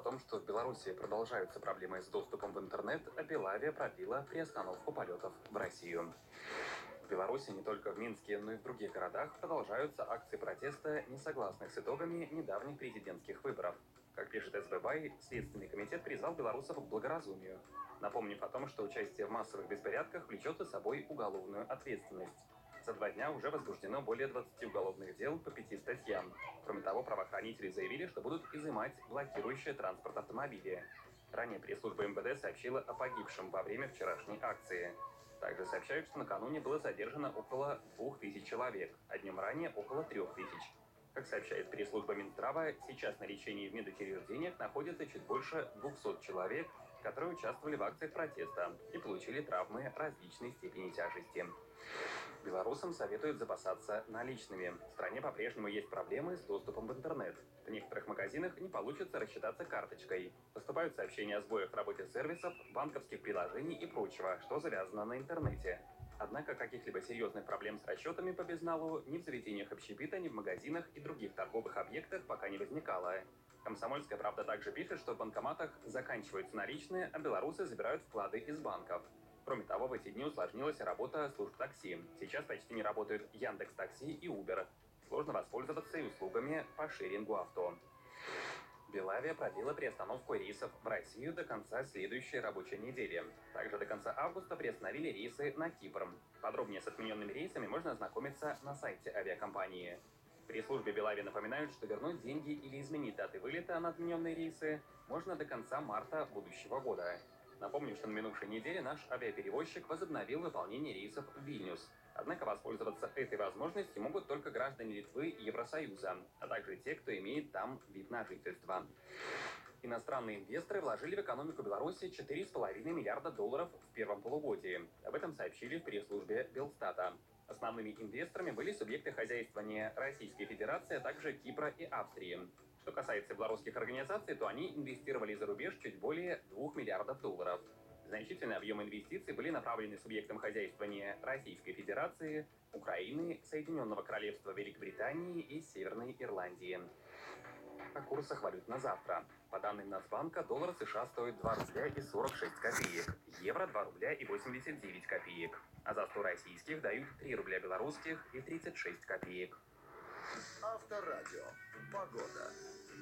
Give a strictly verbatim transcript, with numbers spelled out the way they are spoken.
о том, что в Беларуси продолжаются проблемы с доступом в интернет, а Белавия продлила приостановку полетов в Россию. В Беларуси не только в Минске, но и в других городах продолжаются акции протеста, несогласных с итогами недавних президентских выборов. Как пишет эс бэ бай, Следственный комитет призвал белорусов к благоразумию, напомнив о том, что участие в массовых беспорядках влечет за собой уголовную ответственность. За два дня уже возбуждено более двадцати уголовных дел по пяти статьям. Кроме того, правоохранители заявили, что будут изымать блокирующие транспорт автомобили. Ранее пресс-служба эм вэ дэ сообщила о погибшем во время вчерашней акции. Также сообщают, что накануне было задержано около двух тысяч человек, а днем ранее около трех тысяч. Как сообщает пресс-служба Минздрава, сейчас на лечении в медучреждениях находится чуть больше двухсот человек, которые участвовали в акциях протеста и получили травмы различной степени тяжести. Белорусам советуют запасаться наличными. В стране по-прежнему есть проблемы с доступом в интернет. В некоторых магазинах не получится рассчитаться карточкой. Поступают сообщения о сбоях в работе сервисов, банковских приложений и прочего, что завязано на интернете. Однако каких-либо серьезных проблем с расчетами по безналу ни в заведениях общепита, ни в магазинах и других торговых объектах пока не возникало. «Комсомольская правда» также пишет, что в банкоматах заканчиваются наличные, а белорусы забирают вклады из банков. Кроме того, в эти дни усложнилась работа служб такси. Сейчас почти не работают Яндекс.Такси и Uber. Сложно воспользоваться и услугами по шерингу авто. Белавия продлила приостановку рейсов в Россию до конца следующей рабочей недели. Также до конца августа приостановили рейсы на Кипр. Подробнее с отмененными рейсами можно ознакомиться на сайте авиакомпании. В пресс-службе Белавии напоминают, что вернуть деньги или изменить даты вылета на отмененные рейсы можно до конца марта будущего года. Напомню, что на минувшей неделе наш авиаперевозчик возобновил выполнение рейсов в Вильнюс. Однако воспользоваться этой возможностью могут только граждане Литвы и Евросоюза, а также те, кто имеет там вид на жительство. Иностранные инвесторы вложили в экономику Беларуси четыре с половиной миллиарда долларов в первом полугодии. Об этом сообщили в пресс-службе Белстата. Основными инвесторами были субъекты хозяйствования Российской Федерации, а также Кипра и Австрии. Что касается белорусских организаций, то они инвестировали за рубеж чуть более двух миллиардов долларов. Значительные объемы инвестиций были направлены субъектам хозяйствования Российской Федерации, Украины, Соединенного Королевства Великобритании и Северной Ирландии. О курсах валют на завтра. По данным Нацбанка, доллар США стоит два рубля и сорок шесть копеек, евро два рубля и восемьдесят девять копеек, а за сто российских дают три рубля белорусских и тридцать шесть копеек. Авторадио. Погода.